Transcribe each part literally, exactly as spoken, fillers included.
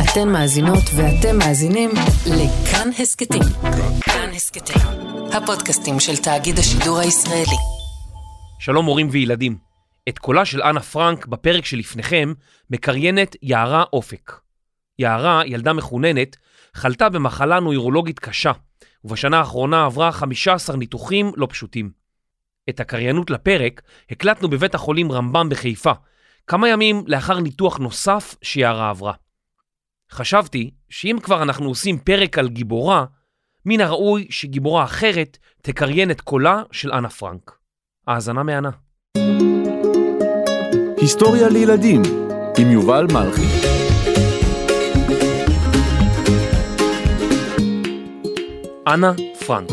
אתן מאזינות ואתם מאזינים לכאן הסקטים. כאן הסקטים, הפודקאסטים של תאגיד השידור הישראלי. שלום הורים וילדים. את קולה של אנה פרנק בפרק שלפניכם מקריינת יערה אופק. יערה, ילדה מחוננת, חלתה במחלה נוירולוגית קשה, ובשנה האחרונה עברה חמישה עשר ניתוחים לא פשוטים. את הקריינות לפרק הקלטנו בבית החולים רמב"ם בחיפה, כמה ימים לאחר ניתוח נוסף שיערה עברה. חשבתי שאם כבר אנחנו עושים פרק על גיבורה, מן הראוי שגיבורה אחרת תקריין את קולה של אנה פרנק. האזנה מהנה. היסטוריה לילדים עם יובל מלכי. אנה פרנק.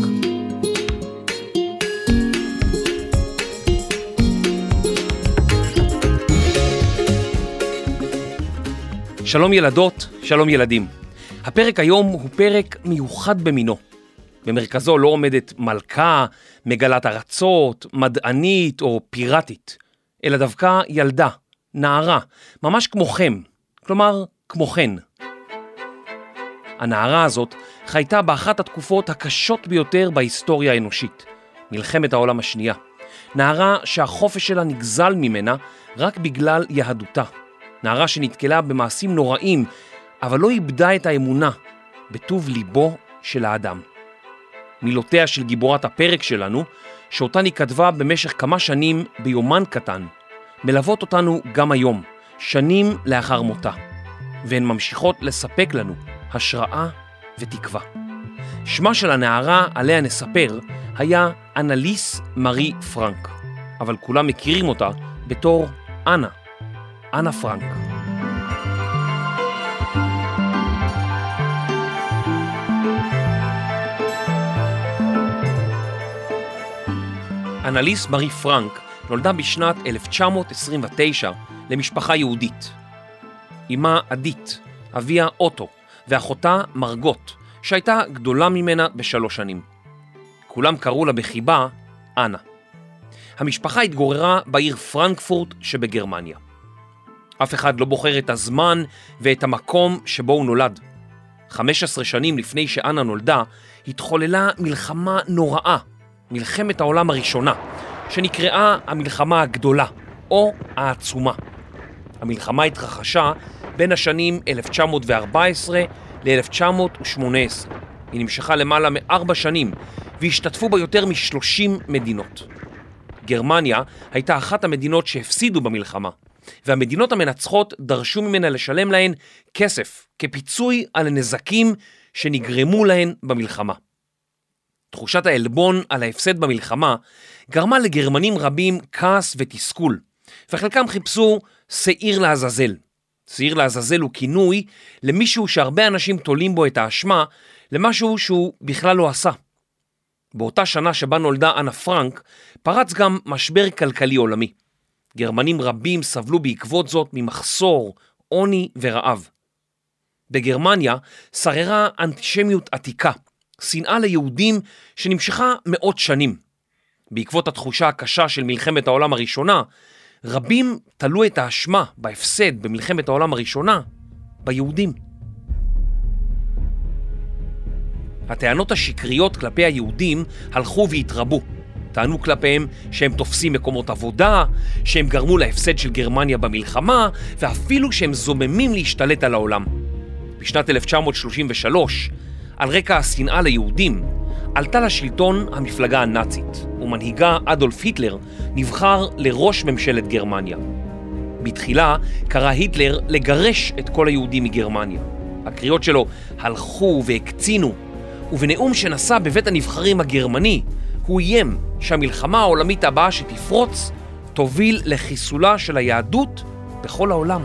שלום ילדות, שלום ילדים. הפרק היום הוא פרק מיוחד במינו. במרכזו לא עומדת מלכה, מגלת ארצות, מדענית או פיראטית, אלא דווקא ילדה, נערה, ממש כמוכם, כלומר כמוכן. הנערה הזאת חייתה באחת התקופות הקשות ביותר בהיסטוריה האנושית, מלחמת העולם השנייה. נערה שהחופש שלה נגזל ממנה רק בגלל יהדותה. נערה שנתקלה במעשים נוראים, אבל לא איבדה את האמונה בטוב ליבו של האדם. מילותיה של גיבורת הפרק שלנו, שאותן היא כתבה במשך כמה שנים ביומן קטן, מלוות אותנו גם היום, שנים לאחר מותה, והן ממשיכות לספק לנו השראה ותקווה. שמה של הנערה עליה נספר היה אנליס מארי פרנק, אבל כולם מכירים אותה בתור אנה, אנה פרנק. אנליס מארי פרנק נולדה בשנת אלף תשע מאות עשרים ותשע למשפחה יהודית. אמה עדית, אביה אוטו ואחותה מרגות, שהייתה גדולה ממנה בשלוש שנים. כולם קראו לה בחיבה אנה. המשפחה התגוררה בעיר פרנקפורט שבגרמניה. אף אחד לא בוחר את הזמן ואת המקום שבו הוא נולד. חמש עשרה שנים לפני שאנה נולדה, התחוללה מלחמה נוראה, מלחמת העולם הראשונה, שנקראה המלחמה הגדולה, או העצומה. המלחמה התרחשה בין השנים אלף תשע מאות וארבע עשרה ל-אלף תשע מאות ושמונה עשרה. היא נמשכה למעלה מארבע שנים, והשתתפו בה יותר משלושים מדינות. גרמניה הייתה אחת המדינות שהפסידו במלחמה, והמדינות המנצחות דרשו ממנה לשלם להן כסף כפיצוי על הנזקים שנגרמו להן במלחמה. תחושת העלבון על ההפסד במלחמה גרמה לגרמנים רבים כעס ותסכול, וחלקם חיפשו שעיר לעזאזל. שעיר לעזאזל הוא כינוי למישהו שהרבה אנשים תולים בו את האשמה למשהו שהוא בכלל לא עשה. באותה שנה שבה נולדה אנה פרנק פרץ גם משבר כלכלי עולמי. גרמנים רבים סבלו בעקבות זאת ממחסור, עוני ורעב. בגרמניה שררה אנטישמיות עתיקה, שנאה ליהודים שנמשכה מאות שנים. בעקבות התחושה הקשה של מלחמת העולם הראשונה, רבים תלו את האשמה בהפסד במלחמת העולם הראשונה ביהודים. הטענות השקריות כלפי היהודים הלכו והתרבו. טענו כלפיהם שהם תופסים מקומות עבודה, שהם גרמו להפסד של גרמניה במלחמה, ואפילו שהם זוממים להשתלט על העולם. בשנת אלף תשע מאות שלושים ושלוש, על רקע השנאה ליהודים, עלתה לשלטון המפלגה הנאצית, ומנהיגה אדולף היטלר נבחר לראש ממשלת גרמניה. בתחילה קרא היטלר לגרש את כל היהודים מגרמניה. הקריאות שלו הלכו והקצינו, ובנאום שנשא בבית הנבחרים הגרמני, הוא איים שהמלחמה העולמית הבאה שתפרוץ תוביל לחיסולה של היהדות בכל העולם.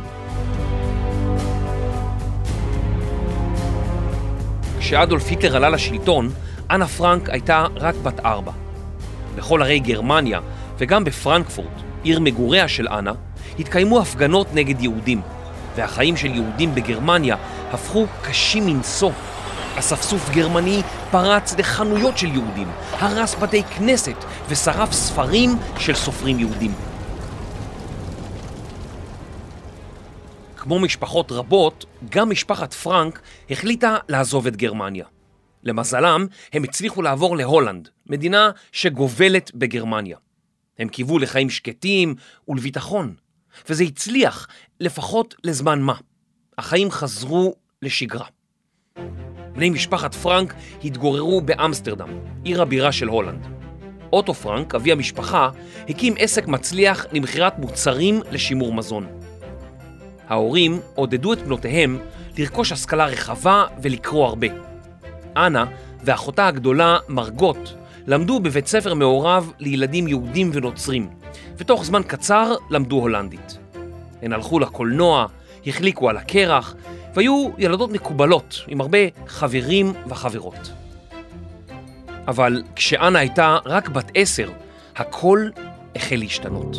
כשאדולף היטלר עלה לשלטון, אנה פרנק הייתה רק בת ארבע. בכל ערי גרמניה וגם בפרנקפורט, עיר מגוריה של אנה, התקיימו הפגנות נגד יהודים, והחיים של יהודים בגרמניה הפכו קשים מנשוא. אספסוף גרמני פרץ לחנויות של יהודים, הרס בתי כנסת ושרף ספרים של סופרים יהודים. כמו משפחות רבות, גם משפחת פרנק החליטה לעזוב את גרמניה. למזלם, הם הצליחו לעבור להולנד, מדינה שגובלת בגרמניה. הם קיוו לחיים שקטים ולביטחון, וזה הצליח לפחות לזמן מה. החיים חזרו לשגרה. בני משפחת פרנק התגוררו באמסטרדם, עיר הבירה של הולנד. אוטו פרנק, אבי המשפחה, הקים עסק מצליח למכירת מוצרים לשימור מזון. ההורים עודדו את בנותיהם לרכוש השכלה רחבה ולקרוא הרבה. אנה ואחותה הגדולה מרגות למדו בבית ספר מעורב לילדים יהודים ונוצרים, ותוך זמן קצר למדו הולנדית. הן הלכו לקולנוע, החליקו על הקרח, והיו ילדות מקובלות עם הרבה חברים וחברות. אבל כשאנה הייתה רק בת עשר, הכל החל להשתנות.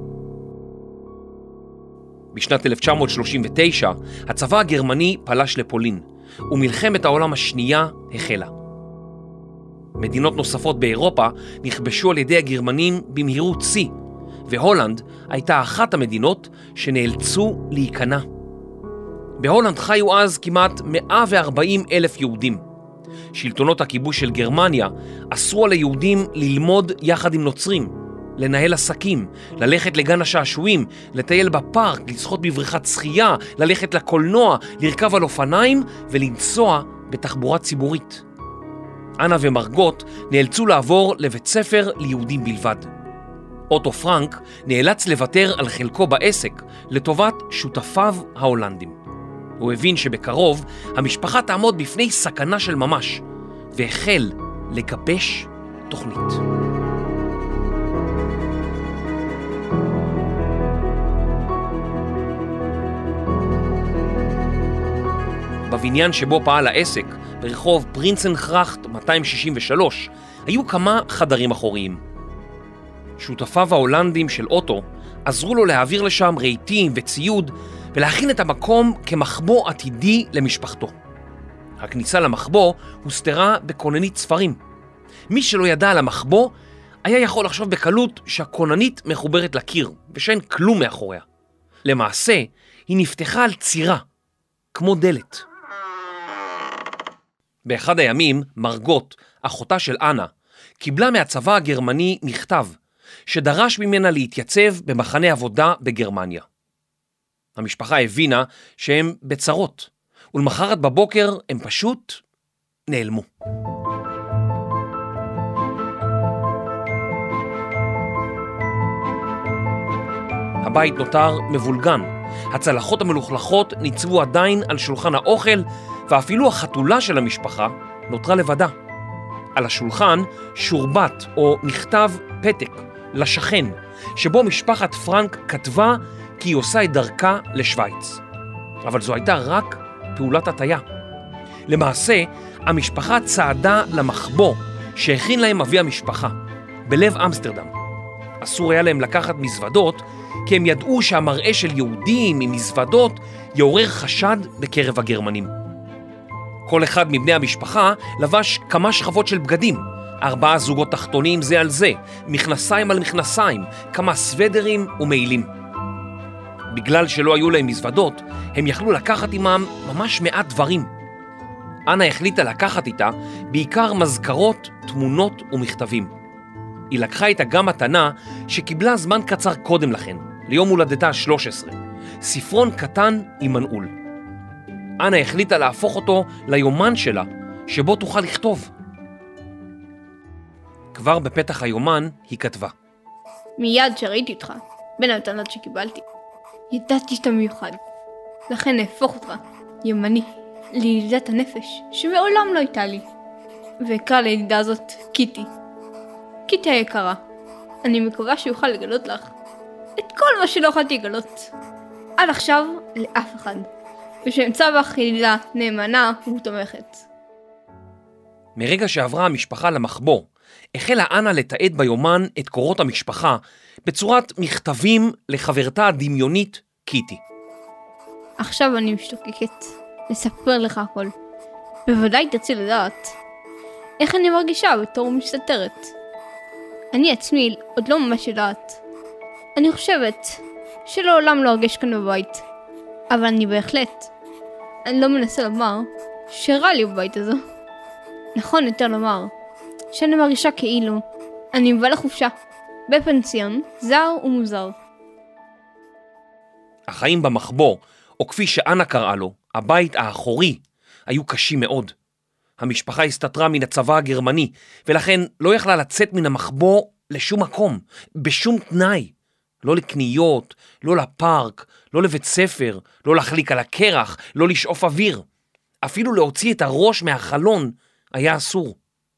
בשנת אלף תשע מאות שלושים ותשע הצבא הגרמני פלש לפולין, ומלחמת העולם השנייה החלה. מדינות נוספות באירופה נכבשו על ידי הגרמנים במהירות שיא, והולנד הייתה אחת המדינות שנאלצו להיכנע. בהולנד חיו אז כמעט מאה וארבעים אלף יהודים. שלטונות הכיבוש של גרמניה אסרו על היהודים ללמוד יחד עם נוצרים, לנהל עסקים, ללכת לגן השעשועים, לטייל בפארק, לשחות בבריכת שחייה, ללכת לקולנוע, לרכב על אופניים ולנסוע בתחבורה ציבורית. אנה ומרגות נאלצו לעבור לבית ספר ליהודים בלבד. אוטו פרנק נאלץ לוותר על חלקו בעסק לטובת שותפיו ההולנדים. הוא הבין שבקרוב המשפחה תעמוד בפני סכנה של ממש, והחל לגבש תוכנית. בבניין שבו פעל העסק, ברחוב פרינסנכרחט מאתיים שישים ושלוש, היו כמה חדרים אחוריים. שותפיו ההולנדים של אוטו עזרו לו להעביר לשם רהיטים וציוד ולהכין את המקום כמחבוא עתידי למשפחתו. הכניסה למחבוא הוסתרה בכוננית ספרים. מי שלא ידע על המחבוא היה יכול לחשוב בקלות שהכוננית מחוברת לקיר ושאין כלום מאחוריה. למעשה היא נפתחה על צירה, כמו דלת. באחד הימים מרגות, אחותה של אנה, קיבלה מהצבא הגרמני מכתב שדרש ממנה להתייצב במחנה עבודה בגרמניה. המשפחה הבינה שהם בצרות, ולמחרת בבוקר הם פשוט נעלמו. הבית נותר מבולגן, הצלחות המלוכלכות ניצבו עדיין על שולחן האוכל, ואפילו החתולה של המשפחה נותרה לבדה. על השולחן שורבט או נכתב פתק לשכן, שבו משפחת פרנק כתבה כי היא עושה את דרכה לשוויץ. אבל זו הייתה רק פעולת הטיה. למעשה, המשפחה צעדה למחבוא שהכין להם אבי המשפחה, בלב אמסטרדם. אסור היה להם לקחת מזוודות, כי הם ידעו שהמראה של יהודים עם מזוודות יעורר חשד בקרב הגרמנים. כל אחד מבני המשפחה לבש כמה שכבות של בגדים, ארבעה זוגות תחתונים זה על זה, מכנסיים על מכנסיים, כמה סוודרים ומעילים. בגלל שלא היו להם מזוודות, הם יכלו לקחת עמם ממש מעט דברים. אנה החליטה לקחת איתה בעיקר מזכרות, תמונות ומכתבים. היא לקחה איתה גם מתנה שקיבלה זמן קצר קודם לכן, ליום הולדתה ה-שלוש עשרה, ספרון קטן עם מנעול. אנה החליטה להפוך אותו ליומן שלה, שבו תוכל לכתוב. כבר בפתח היומן היא כתבה: מיד שראיתי אותך, בין המתנות שקיבלתי, ידעתי שאתה מיוחד, לכן נהפוך אותך, ימני, לילידת הנפש שמעולם לא הייתה לי, ואקרא לידידה הזאת קיטי. קיטי היקרה, אני מקווה שיוכל לגלות לך את כל מה שלא יכולתי לגלות עד עכשיו לאף אחד, ושאמצא בך ידידה נאמנה ותומכת. מרגע שעברה המשפחה למחבוא, החלה אנה לתעד ביומן את קורות המשפחה בצורת מכתבים לחברתה הדמיונית קיטי. עכשיו אני משתוקקת לספר לך הכל. בוודאי תרצי לדעת איך אני מרגישה בתור מסתתרת. אני עצמי עוד לא ממש יודעת. אני חושבת שלעולם לא ארגש כאן בבית, אבל אני בהחלט, אני לא מנסה לומר שרע לי בבית הזה. נכון יותר לומר שאני מרגישה כאילו אני מבלה לחופשה בפנסיון זר ומוזר. החיים במחבוא, או כפי שאנה קראה לו, הבית האחורי, היו קשים מאוד. המשפחה הסתתרה מן הצבא הגרמני, ולכן לא יכלה לצאת מן המחבוא לשום מקום, בשום תנאי. לא לקניות, לא לפארק, לא לבית ספר, לא להחליק על הקרח, לא לשאוף אוויר. אפילו להוציא את הראש מהחלון היה אסור.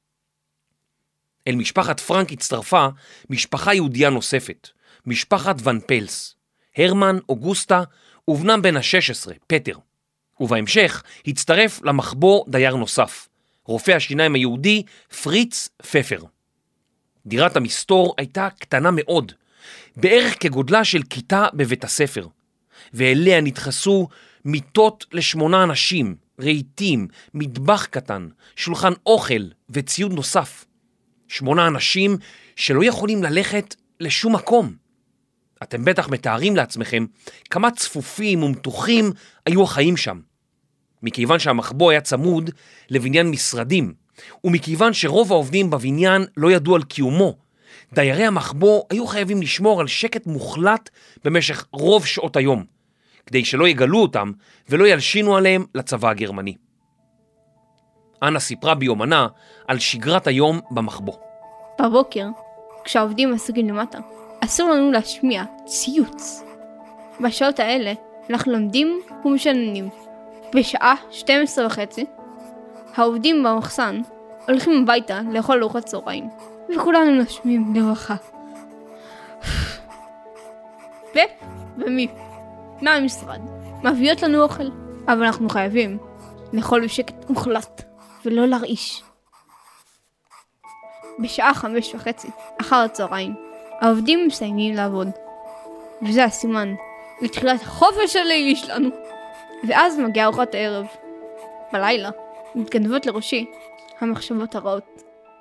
אל משפחת פרנק הצטרפה משפחה יהודיה נוספת, משפחת ון פלס, הרמן, אוגוסטה ובנם בן ה-שש עשרה, פטר. ובהמשך הצטרף למחבוא דייר נוסף, רופא השיניים היהודי פריץ פפר. דירת המסתור הייתה קטנה מאוד, בערך כגודלה של כיתה בבית הספר, ואליה נדחסו מיטות לשמונה אנשים, רהיטים, מטבח קטן, שולחן אוכל וציוד נוסף. שמונה אנשים שלא יכולים ללכת לשום מקום. אתם בטח מתארים לעצמכם כמה צפופים ומתוחים היו החיים שם. מכיוון שהמחבוא היה צמוד לבניין משרדים, ומכיוון שרוב העובדים בבניין לא ידעו על קיומו, דיירי המחבוא היו חייבים לשמור על שקט מוחלט במשך רוב שעות היום, כדי שלא יגלו אותם ולא ילשינו עליהם לצבא הגרמני. אנה סיפרה ביומנה על שגרת היום במחבוא. בבוקר, כשהעובדים עסוקים למטה, אסור לנו להשמיע ציוץ. בשעות האלה אנחנו לומדים ומשננים. בשעה שתים עשרה וחצי, העובדים במחסן הולכים הביתה לאכול ארוחת צהריים, וכולנו נושמים לרווחה. ו... ומי? מהמשרד מביאות לנו אוכל, אבל אנחנו חייבים לאכול בשקט מוחלט ולא להרעיש. בשעה חמש וחצי אחר הצהריים העובדים מסיימים לעבוד, וזה הסימן לתחילת החופש הלילי שלנו. ואז מגיעה ארוחת הערב. בלילה מתגנבות לראשי המחשבות הרעות.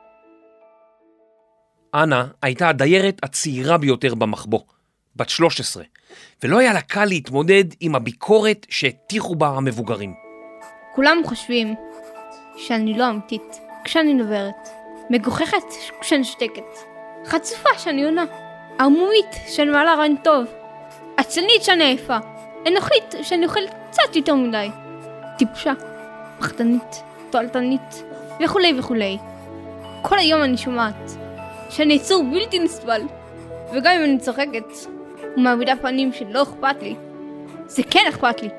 אנה הייתה הדיירת הצעירה ביותר במחבוא, בת שלוש עשרה, ולא היה לה קל להתמודד עם הביקורת שהטיחו בה המבוגרים. כולם חושבים שאני לא אמיתית כשאני נוברת, מגוחכת כשאני שתקת, חצופה שאני עונה, ערמומית שאני מעלה רעיון טוב, עצלנית שאני עייפה, אנוכית שאני אוכלת קצת יותר מדי, טיפשה, פחדנית, תועלתנית וכולי וכולי. כל היום אני שומעת שאני יצור בלתי נסבל, וגם אם אני צוחקת ומעמידה פנים שלא אכפת לי, זה כן אכפת לי.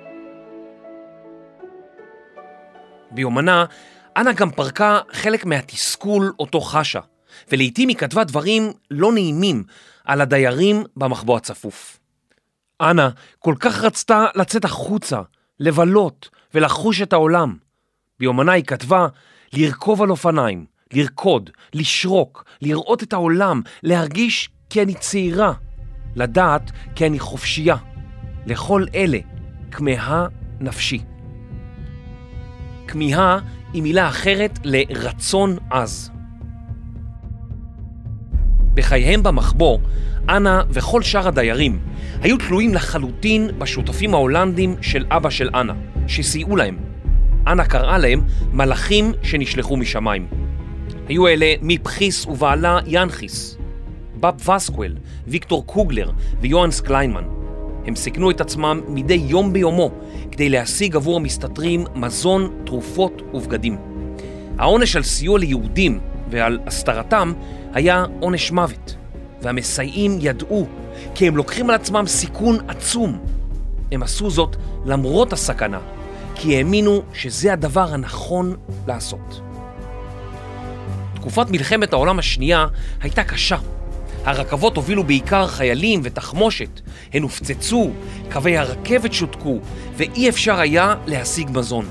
ביומנה, אנה גם פרקה חלק מהתסכול אותו חשה, ולעיתים היא כתבה דברים לא נעימים על הדיירים במחבוא הצפוף. אנה כל כך רצתה לצאת החוצה, לבלות ולחוש את העולם. ביומנה היא כתבה לרכוב על אופניים, לרקוד, לשרוק, לראות את העולם, להרגיש כי אני צעירה, לדעת כי אני חופשייה. לכל אלה כמהה נפשי. כמיהה היא מילה אחרת לרצון עז. בחייהם במחבוא, אנה וכל שאר הדיירים היו תלויים לחלוטין בשותפים ההולנדים של אבא של אנה, שסייעו להם. אנה קראה להם מלאכים שנשלחו משמיים. היו אלה מפחיס ובעלה ינחיס, בב וסקואל, ויקטור קוגלר ויואנס קליינמן. הם סיכנו את עצמם מדי יום ביומו כדי להשיג עבור המסתתרים מזון, תרופות ובגדים. העונש על סיוע ליהודים ועל הסתרתם היה עונש מוות, והמסייעים ידעו כי הם לוקחים על עצמם סיכון עצום. הם עשו זאת למרות הסכנה, כי האמינו שזה הדבר הנכון לעשות. תקופת מלחמת העולם השנייה הייתה קשה. הרכבות הובילו בעיקר חיילים ותחמושת, הן הופצצו, קווי הרכבת שותקו, ואי אפשר היה להשיג מזון.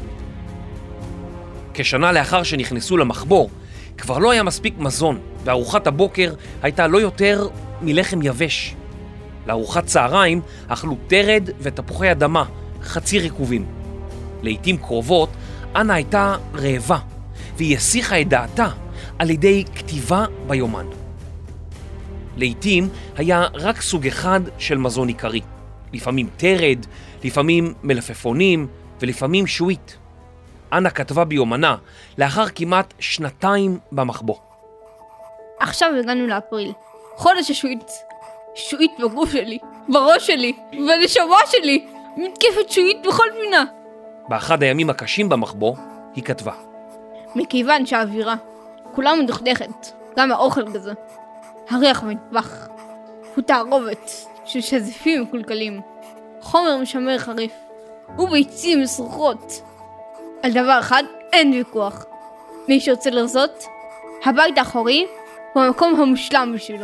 כשנה לאחר שנכנסו למחבוא, כבר לא היה מספיק מזון, וארוחת הבוקר הייתה לא יותר מלחם יבש. לארוחת צהריים אכלו תרד ותפוחי אדמה, חצי ריקובים. לעתים קרובות, אנה הייתה רעבה, והיא הסיחה את דעתה על ידי כתיבה ביומן. לעתים היה רק סוג אחד של מזון עיקרי, לפעמים תרד, לפעמים מלפפונים ולפעמים שועית. אנה כתבה ביומנה לאחר כמעט שנתיים במחבוא. עכשיו הגענו לאפריל, חודש השועית. שועית בגוף שלי, בראש שלי, בנשמה שלי, מתקפת שועית בכל פינה. באחד הימים הקשים במחבוא היא כתבה: מכיוון שהאווירה כולה מדוכדכת, גם האוכל כזה, הריח במטבח, הוא תערובת של שזיפים מקולקלים, חומר משמר חריף וביצים מסרוחות. על דבר אחד אין ויכוח, מי שרוצה לרזות, הבית האחורי הוא המקום המושלם בשבילו.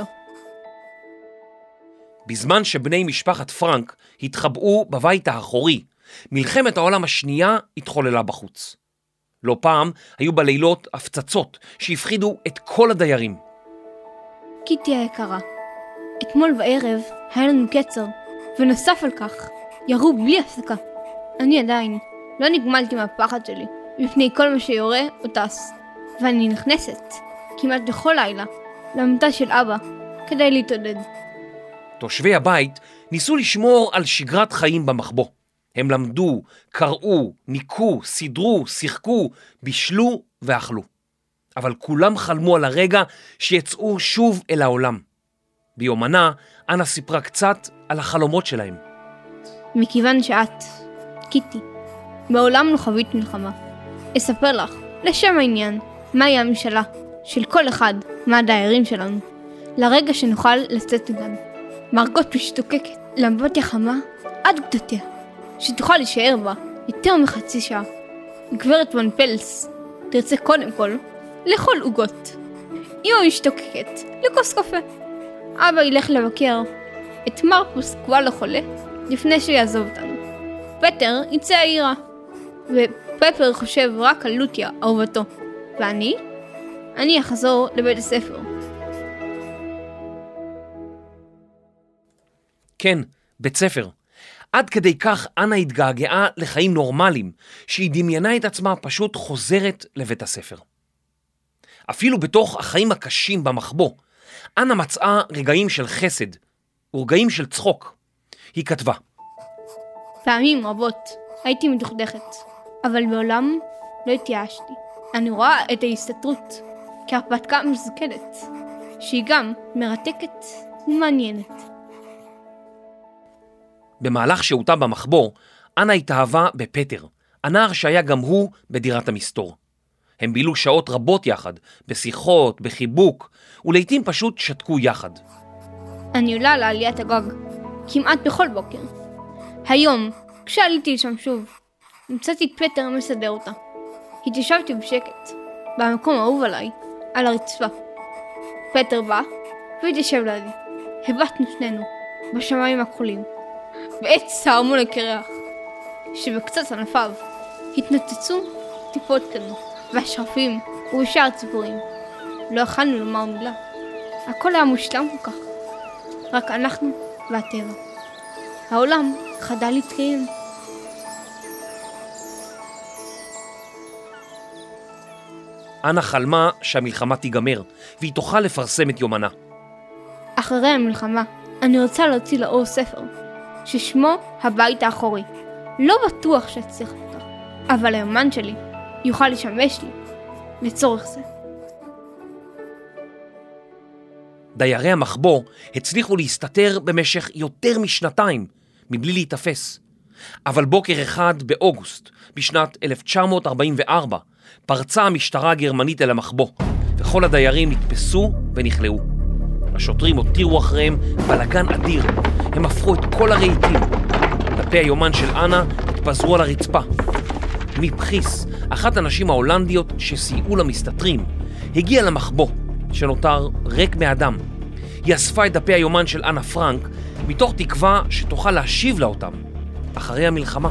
בזמן שבני משפחת פרנק התחבאו בבית האחורי, מלחמת העולם השנייה התחוללה בחוץ. לא פעם היו בלילות הפצצות שהפחידו את כל הדיירים. קיטי היקרה, אתמול בערב היה לנו קצר, ונוסף על כך ירו בלי הפסקה. אני עדיין לא נגמלתי מהפחד שלי מפני כל מה שיורה או טס, ואני נכנסת כמעט בכל לילה למיטה של אבא כדי להתעודד. תושבי הבית ניסו לשמור על שגרת חיים במחבוא. הם למדו, קראו, ניקו, סידרו, שיחקו, בישלו ואכלו. אבל כולם חלמו על הרגע שיצאו שוב אל העולם. ביומנה, אנה סיפרה קצת על החלומות שלהם. מכיוון שאת, קיטי, מעולם לא חווית מלחמה, אספר לך, לשם העניין, מהי המשאלה של כל אחד מהדיירים שלנו, לרגע שנוכל לצאת מכאן. מרגות משתוקקת לאמבטיה חמה עד גדותיה, שתוכל להישאר בה יותר מחצי שעה. גברת ון פלס תרצה קודם כל לאכול עוגות. אמא משתוקקת לכוס קפה. אבא ילך לבקר את מרפוס קוואלו חולה לפני שיעזוב אותנו. פטר יצא העירה, ופפר חושב רק על לוטיה אהובתו. ואני? אני אחזור לבית הספר. כן, בית ספר. עד כדי כך אנה התגעגעה לחיים נורמליים, שהיא דמיינה את עצמה פשוט חוזרת לבית הספר. אפילו בתוך החיים הקשים במחבוא, אנה מצאה רגעים של חסד ורגעים של צחוק. היא כתבה: פעמים רבות הייתי מדוכדכת, אבל בעולם לא התייאשתי. אני רואה את ההסתתרות כהרפתקה מזוקדת, שהיא גם מרתקת ומעניינת. במהלך שהותה במחבוא, אנה התאהבה בפטר, הנער שהיה גם הוא בדירת המסתור. הם בילו שעות רבות יחד, בשיחות, בחיבוק, ולעיתים פשוט שתקו יחד. אני עולה לעליית הגג, כמעט בכל בוקר. היום, כשעליתי לשם שוב, מצאתי את פטר מסדר אותה. התיישבתי בשקט, במקום האהוב עליי, על הרצפה. פטר בא, והתיישב לידי. הבטנו שנינו, בשמיים הכחולים. בעץ הארמון הקרח, שבקצת ענפיו התנוצצו טיפות קטנות, והשרפים ובשאר ציפורים. לא יכולנו לומר מילה. הכל היה מושלם כל כך. רק אנחנו והטבע. העולם חדל להתקיים. אנה חלמה שהמלחמה תיגמר, והיא תוכל לפרסם את יומנה. אחרי המלחמה, אני רוצה להוציא לאור ספר, ששמו הבית האחורי. לא בטוח שאצליח אותך, אבל היומן שלי יוכל לשמש לי לצורך זה. דיירי המחבוא הצליחו להסתתר במשך יותר משנתיים, מבלי להתאפס. אבל בוקר אחד באוגוסט, בשנת אלף תשע מאות ארבעים וארבע, פרצה המשטרה הגרמנית אל המחבוא, וכל הדיירים נתפסו ונכלאו. השוטרים הותירו אחריהם בלגן אדיר, הם הפכו את כל הרהיטים. דפי היומן של אנה התפזרו על הרצפה. מבחיס, אחת הנשים ההולנדיות שסייעו למסתתרים, הגיעה למחבוא, שנותר ריק מאדם. היא אספה את דפי היומן של אנה פרנק, מתוך תקווה שתוכל להשיב לה אותם, אחרי המלחמה.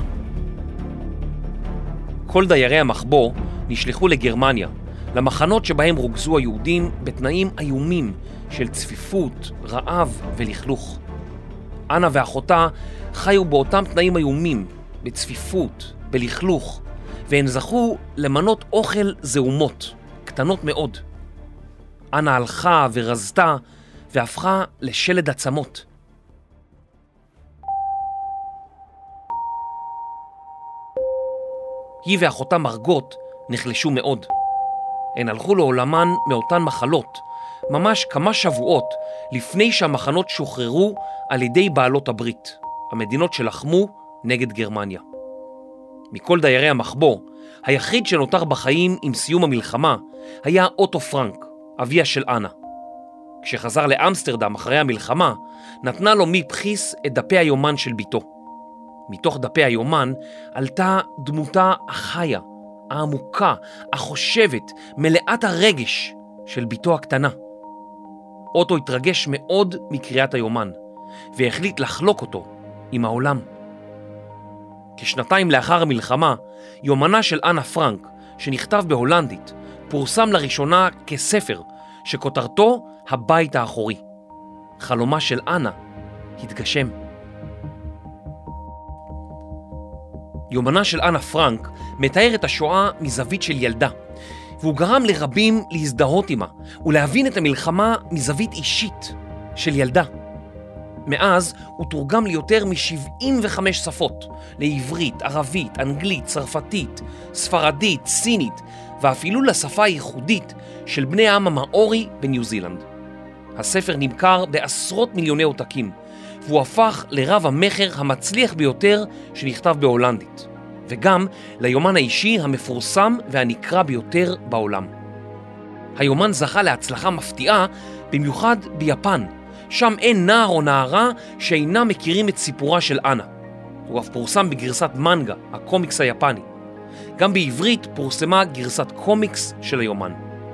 כל דיירי המחבוא נשלחו לגרמניה, למחנות שבהם רוגזו היהודים בתנאים איומים של צפיפות, רעב ולכלוך. אנה ואחותה חיו באותם תנאים איומים, בצפיפות, בלכלוך, והן זכו למנות אוכל זעומות, קטנות מאוד. אנה הלכה ורזתה והפכה לשלד עצמות. היא ואחותה מרגות נחלשו מאוד. הן הלכו לעולמן מאותן מחלות, ממש כמה שבועות לפני שהמחנות שוחררו על ידי בעלות הברית, המדינות שלחמו נגד גרמניה. מכל דיירי המחבוא, היחיד שנותר בחיים עם סיום המלחמה היה אוטו פרנק, אביה של אנה. כשחזר לאמסטרדם אחרי המלחמה, נתנה לו מבחיס את דפי היומן של ביתו. מתוך דפי היומן עלתה דמותה החיה, העמוקה, החושבת, מלאת הרגש של ביתו הקטנה. אוטו התרגש מאוד מקריאת היומן, והחליט לחלוק אותו עם העולם. כשנתיים לאחר המלחמה, יומנה של אנה פרנק, שנכתב בהולנדית, פורסם לראשונה כספר, שכותרתו הבית האחורי. חלומה של אנה התגשם. יומנה של אנה פרנק מתאר את השואה מזווית של ילדה, והוא גרם לרבים להזדהות עמה ולהבין את המלחמה מזווית אישית של ילדה. מאז הוא תורגם ליותר מ-שבעים וחמש שפות, לעברית, ערבית, אנגלית, צרפתית, ספרדית, סינית, ואפילו לשפה הייחודית של בני העם המאורי בניו זילנד. הספר נמכר בעשרות מיליוני עותקים, והוא הפך לרב המחר המצליח ביותר שנכתב בהולנדית, וגם ליומן האישי המפורסם והנקרא ביותר בעולם. היומן זכה להצלחה מפתיעה, במיוחד ביפן, שם אין נער או נערה שאינם מכירים את סיפורה של אנה. הוא אף פורסם בגרסת מנגה, הקומיקס היפני. גם בעברית פורסמה גרסת קומיקס של היומן.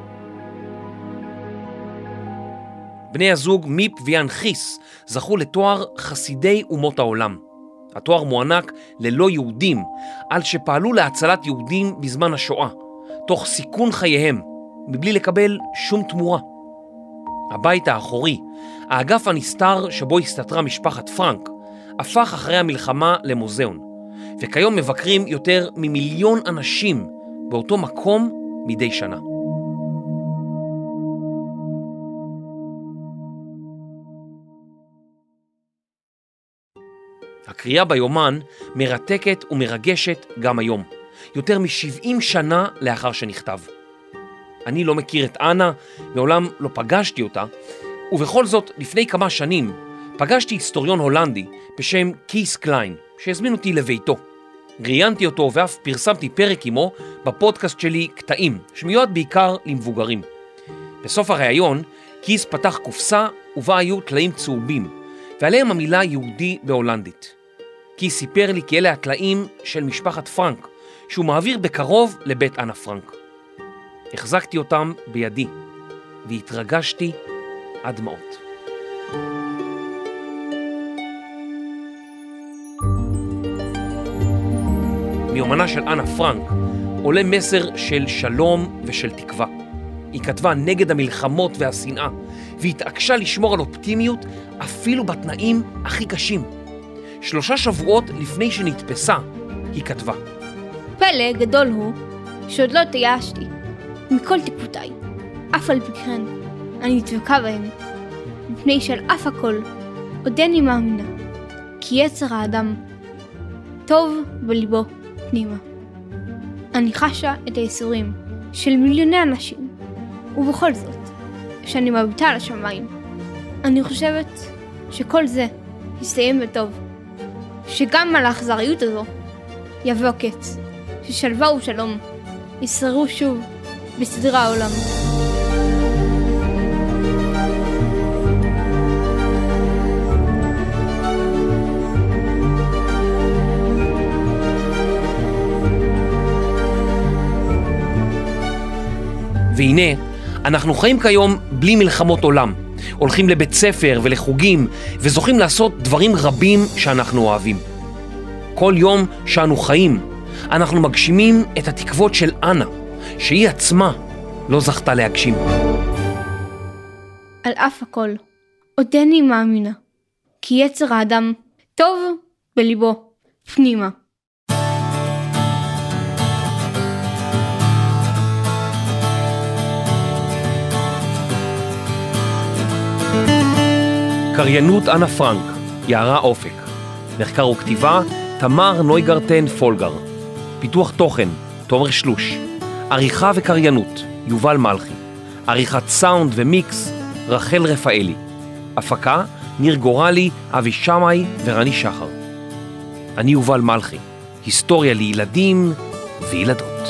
בני הזוג מיפ ויאן חיס זכו לתואר חסידי אומות העולם. התואר מוענק ללא יהודים, על שפעלו להצלת יהודים בזמן השואה, תוך סיכון חייהם, מבלי לקבל שום תמורה. הבית האחורי, האגף הנסתר שבו הסתתרה משפחת פרנק, הפך אחרי המלחמה למוזיאון, וכיום מבקרים יותר ממיליון אנשים באותו מקום מדי שנה. הקריאה ביומן מרתקת ומרגשת גם היום, יותר מ-שבעים שנה לאחר שנכתב. אני לא מכיר את אנה, מעולם לא פגשתי אותה, ובכל זאת, לפני כמה שנים, פגשתי היסטוריון הולנדי בשם קיס קליין, שהזמין אותי לביתו. ראיינתי אותו ואף פרסמתי פרק עמו בפודקאסט שלי קטעים, שמיועד בעיקר למבוגרים. בסוף הראיון, קיס פתח קופסה ובה היו טלאים צהובים, ועליהם המילה יהודי בהולנדית. קיס סיפר לי כי אלה הטלאים של משפחת פרנק, שהוא מעביר בקרוב לבית אנה פרנק. החזקתי אותם בידי, והתרגשתי עד דמעות. מיומנה של אנה פרנק עולה מסר של שלום ושל תקווה. היא כתבה נגד המלחמות והשנאה, והתעקשה לשמור על אופטימיות אפילו בתנאים הכי קשים. שלושה שבועות לפני שנתפסה, היא כתבה: פלא גדול הוא שעוד לא תייאשתי מכל טיפותיי, אף על פי כן אני דבקה בהם, מפני שעל אף הכל עודני מאמינה כי יצר האדם טוב בליבו פנימה. אני חשה את הייסורים של מיליוני אנשים, ובכל זאת, כשאני מביטה על השמיים, אני חושבת שכל זה יסתיים בטוב, שגם על האכזריות הזו יבוא קץ, ששלווה ושלום ישררו שוב בסדרי העולם. והנה, אנחנו חיים כיום בלי מלחמות עולם, הולכים לבית ספר ולחוגים, וזוכים לעשות דברים רבים שאנחנו אוהבים. כל יום שאנו חיים, אנחנו מגשימים את התקוות של אנה, שהיא עצמה לא זכתה להגשים. על אף הכל, עודני מאמינה, כי יצר האדם טוב בליבו פנימה. קריינות אנה פרנק, יערה אופק. מחקר וכתיבה, תמר נויגרטן פולגר. פיתוח תוכן, תומר שלוש. עריכה וקריינות, יובל מלכי. עריכת סאונד ומיקס, רחל רפאלי. הפקה, ניר גורלי, אבי שמאי ורני שחר. אני יובל מלכי. היסטוריה לילדים וילדות.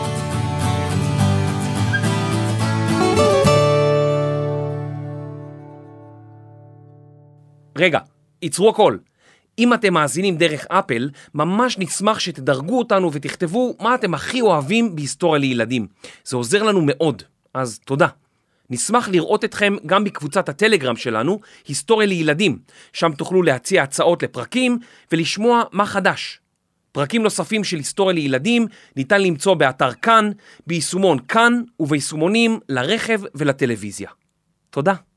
רגע, ייצרו הכל. אם אתם מאזינים דרך אפל, ממש נשמח שתדרגו אותנו ותכתבו מה אתם הכי אוהבים בהיסטוריה לילדים. זה עוזר לנו מאוד, אז תודה. נשמח לראות אתכם גם בקבוצת הטלגרם שלנו, היסטוריה לילדים. שם תוכלו להציע הצעות לפרקים ולשמוע מה חדש. פרקים נוספים של היסטוריה לילדים ניתן למצוא באתר כאן, ביישומון כאן וביישומונים לרכב ולטלוויזיה. תודה.